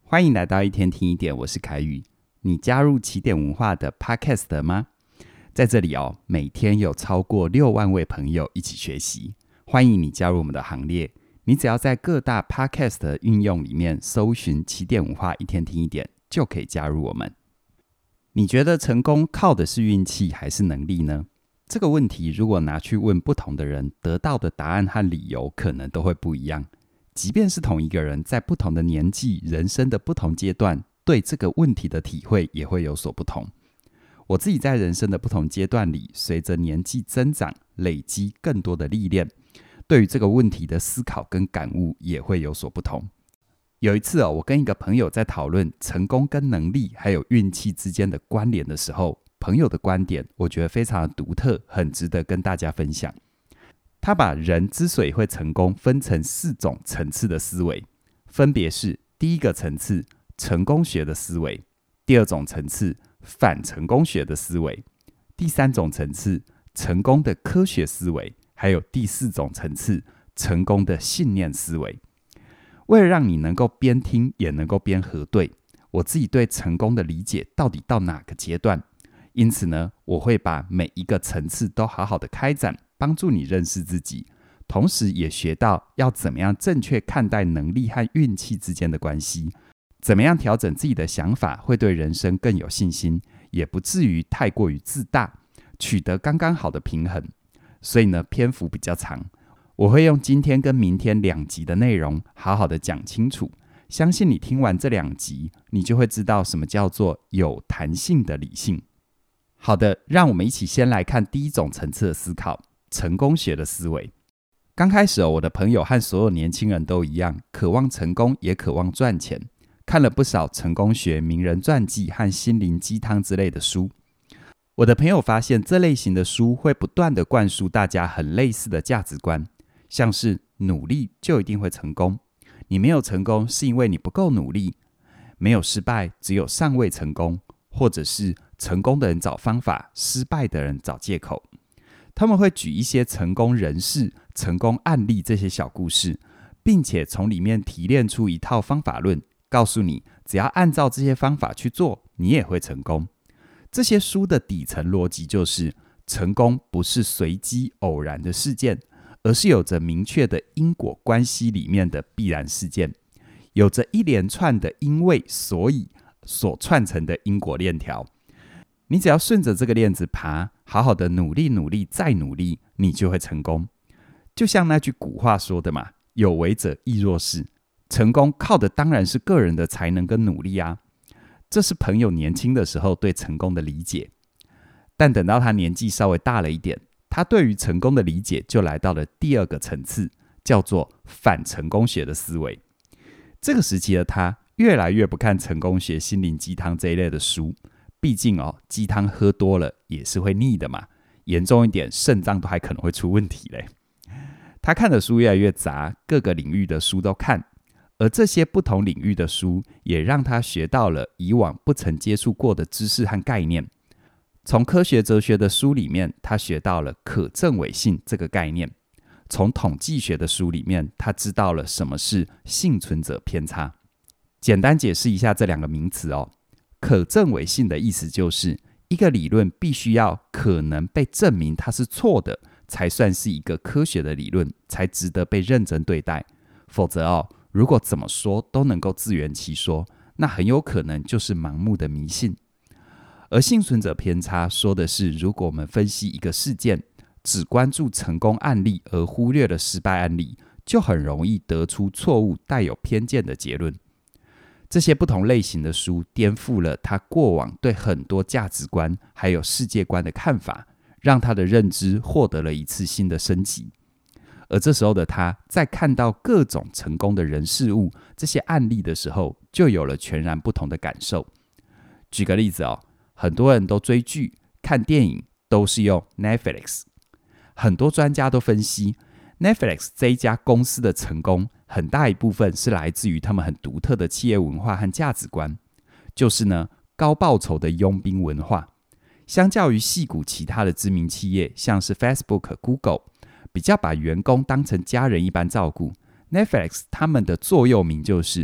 欢迎来到一天听一点，我是凯宇。你加入起点文化的 Podcast 了吗？在这里每天有超过6万位朋友一起学习，欢迎你加入我们的行列。你只要在各大 Podcast 的运用里面搜寻起点文化一天听一点，就可以加入我们。你觉得成功靠的是运气还是能力呢？这个问题如果拿去问不同的人，得到的答案和理由可能都会不一样。即便是同一个人，在不同的年纪、人生的不同阶段，对这个问题的体会也会有所不同。我自己在人生的不同阶段里，随着年纪增长，累积更多的历练，对于这个问题的思考跟感悟也会有所不同。有一次我跟一个朋友在讨论成功跟能力还有运气之间的关联的时候，朋友的观点我觉得非常的独特，很值得跟大家分享。他把人之所以会成功分成4种层次的思维，分别是第一个层次成功学的思维，第二种层次反成功学的思维，第3种层次成功的科学思维，还有第4种层次成功的信念思维。为了让你能够边听也能够边核对我自己对成功的理解到底到哪个阶段，因此呢，我会把每一个层次都好好的开展，帮助你认识自己，同时也学到要怎么样正确看待能力和运气之间的关系，怎么样调整自己的想法会对人生更有信心，也不至于太过于自大，取得刚刚好的平衡。所以呢，篇幅比较长，我会用今天跟明天2集的内容好好的讲清楚。相信你听完这2集，你就会知道什么叫做有弹性的理性。好的，让我们一起先来看第一种层次的思考，成功学的思维。刚开始我的朋友和所有年轻人都一样，渴望成功也渴望赚钱，看了不少成功学、名人传记和心灵鸡汤之类的书。我的朋友发现这类型的书会不断的灌输大家很类似的价值观，像是努力就一定会成功，你没有成功是因为你不够努力，没有失败只有尚未成功，或者是成功的人找方法，失败的人找借口。他们会举一些成功人士、成功案例这些小故事，并且从里面提炼出一套方法论，告诉你只要按照这些方法去做，你也会成功。这些书的底层逻辑就是，成功不是随机偶然的事件，而是有着明确的因果关系里面的必然事件，有着一连串的因为所以所串成的因果链条。你只要顺着这个链子爬，好好的努力努力再努力，你就会成功。就像那句古话说的嘛，有为者亦若是。成功靠的当然是个人的才能跟努力啊。这是朋友年轻的时候对成功的理解，但等到他年纪稍微大了一点，他对于成功的理解就来到了第2个层次，叫做反成功学的思维。这个时期的他越来越不看成功学、心灵鸡汤这一类的书，毕竟鸡汤喝多了也是会腻的嘛，严重一点肾脏都还可能会出问题嘞。他看的书越来越杂，各个领域的书都看，而这些不同领域的书也让他学到了以往不曾接触过的知识和概念。从科学哲学的书里面，他学到了可证伪性这个概念；从统计学的书里面，他知道了什么是幸存者偏差。简单解释一下这2个名词可证伪性的意思就是一个理论必须要可能被证明它是错的，才算是一个科学的理论，才值得被认真对待。否则如果怎么说都能够自圆其说，那很有可能就是盲目的迷信。而幸存者偏差说的是，如果我们分析一个事件，只关注成功案例而忽略了失败案例，就很容易得出错误、带有偏见的结论。这些不同类型的书颠覆了他过往对很多价值观还有世界观的看法，让他的认知获得了一次新的升级。而这时候的他，在看到各种成功的人事物这些案例的时候，就有了全然不同的感受。举个例子很多人都追剧、看电影都是用 Netflix。很多专家都分析 Netflix 这一家公司的成功，很大一部分是来自于他们很独特的企业文化和价值观，就是呢高报酬的佣兵文化。相较于矽谷其他的知名企业，像是 Facebook、Google， 比较把员工当成家人一般照顾， Netflix 他们的座右铭就是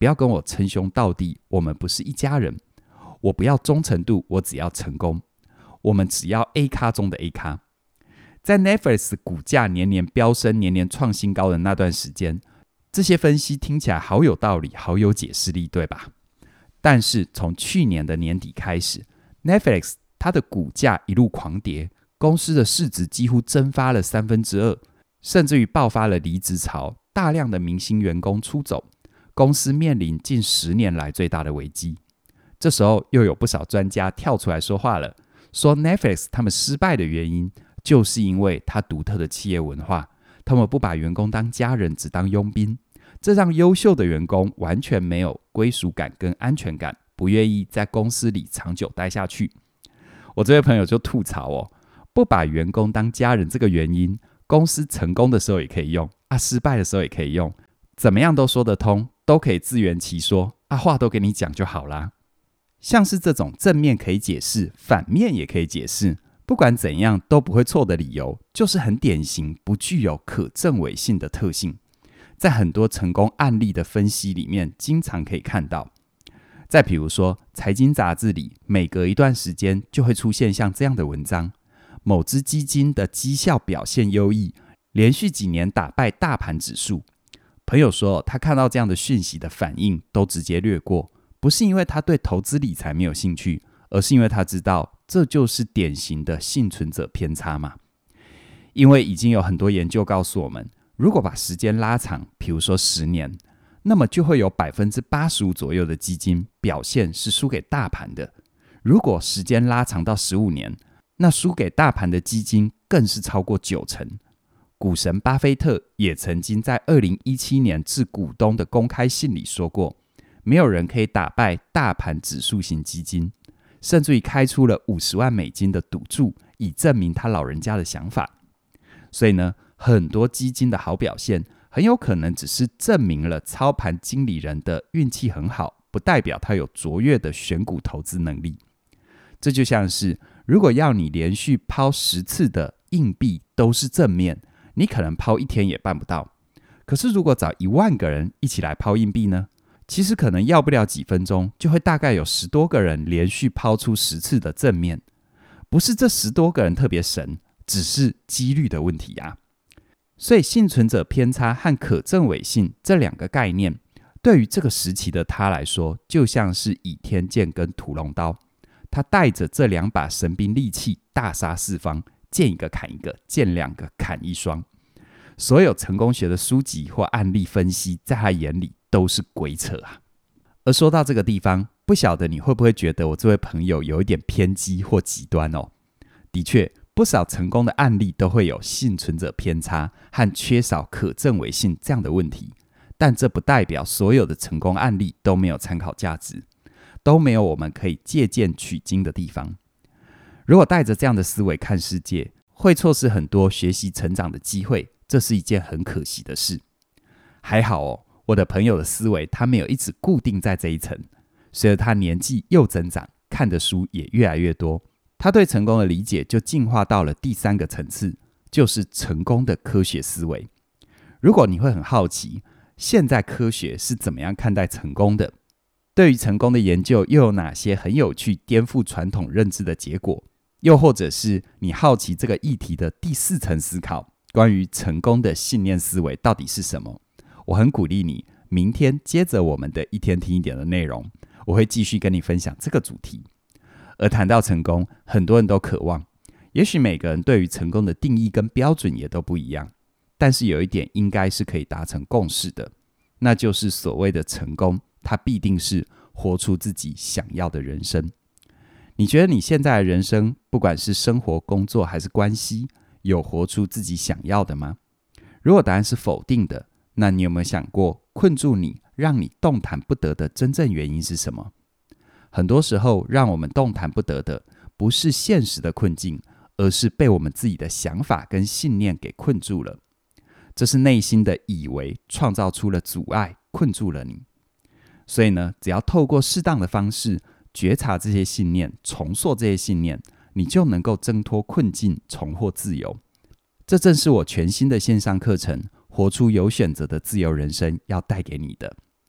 不要跟我称兄道弟，我们不是一家人。我不要忠诚度，我只要成功。我们只要 A 咖中的 A 咖。在 Netflix 股价年年飙升、年年创新高的那段时间，这些分析听起来好有道理，好有解释力，对吧？但是从去年的年底开始， Netflix 它的股价一路狂跌，公司的市值几乎蒸发了2/3，甚至于爆发了离职潮，大量的明星员工出走，公司面临近10年来最大的危机。这时候又有不少专家跳出来说话了，说 Netflix 他们失败的原因就是因为它独特的企业文化，他们不把员工当家人，只当佣兵，这让优秀的员工完全没有归属感跟安全感，不愿意在公司里长久待下去。我这位朋友就吐槽不把员工当家人这个原因，公司成功的时候也可以用失败的时候也可以用，怎么样都说得通，都可以自圆其说话都给你讲就好啦。像是这种正面可以解释，反面也可以解释，不管怎样都不会错的理由，就是很典型不具有可证伪性的特性，在很多成功案例的分析里面经常可以看到。再比如说财经杂志里，每隔一段时间就会出现像这样的文章，某只基金的绩效表现优异，连续几年打败大盘指数。朋友说他看到这样的讯息的反应都直接略过，不是因为他对投资理财没有兴趣，而是因为他知道这就是典型的幸存者偏差嘛。因为已经有很多研究告诉我们，如果把时间拉长，比如说10年，那么就会有 85% 左右的基金表现是输给大盘的。如果时间拉长到15年，那输给大盘的基金更是超过90%。股神巴菲特也曾经在2017年致股东的公开信里说过，没有人可以打败大盘指数型基金，甚至于开出了$50万的赌注，以证明他老人家的想法。所以呢，很多基金的好表现很有可能只是证明了操盘经理人的运气很好，不代表他有卓越的选股投资能力。这就像是如果要你连续抛10次的硬币都是正面，你可能抛1天也办不到。可是如果找1万个人一起来抛硬币呢，其实可能要不了几分钟，就会大概有10多个人连续抛出10次的正面。不是这10多个人特别神，只是几率的问题啊。所以幸存者偏差和可证伪性这2个概念，对于这个时期的他来说，就像是倚天剑跟屠龙刀。他带着这2把神兵利器大杀四方，见一个砍一个，见2个砍一双。所有成功学的书籍或案例分析，在他眼里都是鬼扯啊。而说到这个地方，不晓得你会不会觉得我这位朋友有一点偏激或极端的确，不少成功的案例都会有幸存者偏差和缺少可证伪性这样的问题，但这不代表所有的成功案例都没有参考价值，都没有我们可以借鉴取经的地方。如果带着这样的思维看世界，会错失很多学习成长的机会，这是一件很可惜的事。还好我的朋友的思维他没有一直固定在这一层，随着他年纪又增长，看的书也越来越多，他对成功的理解就进化到了第3个层次，就是成功的科学思维。如果你会很好奇，现在科学是怎么样看待成功的？对于成功的研究又有哪些很有趣、颠覆传统认知的结果？又或者是你好奇这个议题的第4层思考，关于成功的信念思维到底是什么？我很鼓励你明天接着我们的一天听一点的内容，我会继续跟你分享这个主题。而谈到成功，很多人都渴望，也许每个人对于成功的定义跟标准也都不一样，但是有一点应该是可以达成共识的，那就是所谓的成功，它必定是活出自己想要的人生。你觉得你现在的人生，不管是生活、工作还是关系，有活出自己想要的吗？如果答案是否定的，那你有没有想过，困住你、让你动弹不得的真正原因是什么？很多时候，让我们动弹不得的，不是现实的困境，而是被我们自己的想法跟信念给困住了。这是内心的以为创造出了阻碍，困住了你。所以呢，只要透过适当的方式觉察这些信念，重塑这些信念，你就能够挣脱困境，重获自由。这正是我全新的线上课程《活出有选择的自由人生》要带给你的。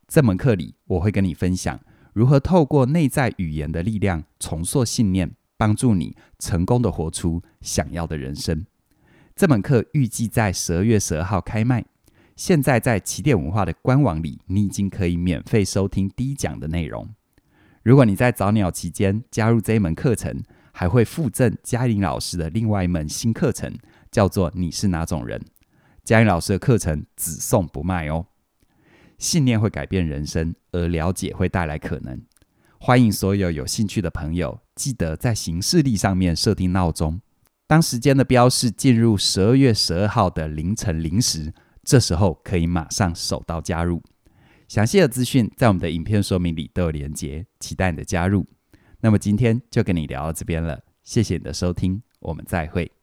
这门课里我会跟你分享如何透过内在语言的力量重塑信念，帮助你成功的活出想要的人生。这门课预计在12月12号开卖，现在在起点文化的官网里，你已经可以免费收听第一讲的内容。如果你在早鸟期间加入这一门课程，还会附赠嘉玲老师的另外一门新课程，叫做你是哪种人。嘉玲老师的课程只送不卖哦。信念会改变人生，而了解会带来可能。欢迎所有有兴趣的朋友，记得在行事历上面设定闹钟，当时间的标示进入12月12号的凌晨0时，这时候可以马上手到加入。详细的资讯在我们的影片说明里都有连结，期待你的加入。那么今天就跟你聊到这边了，谢谢你的收听，我们再会。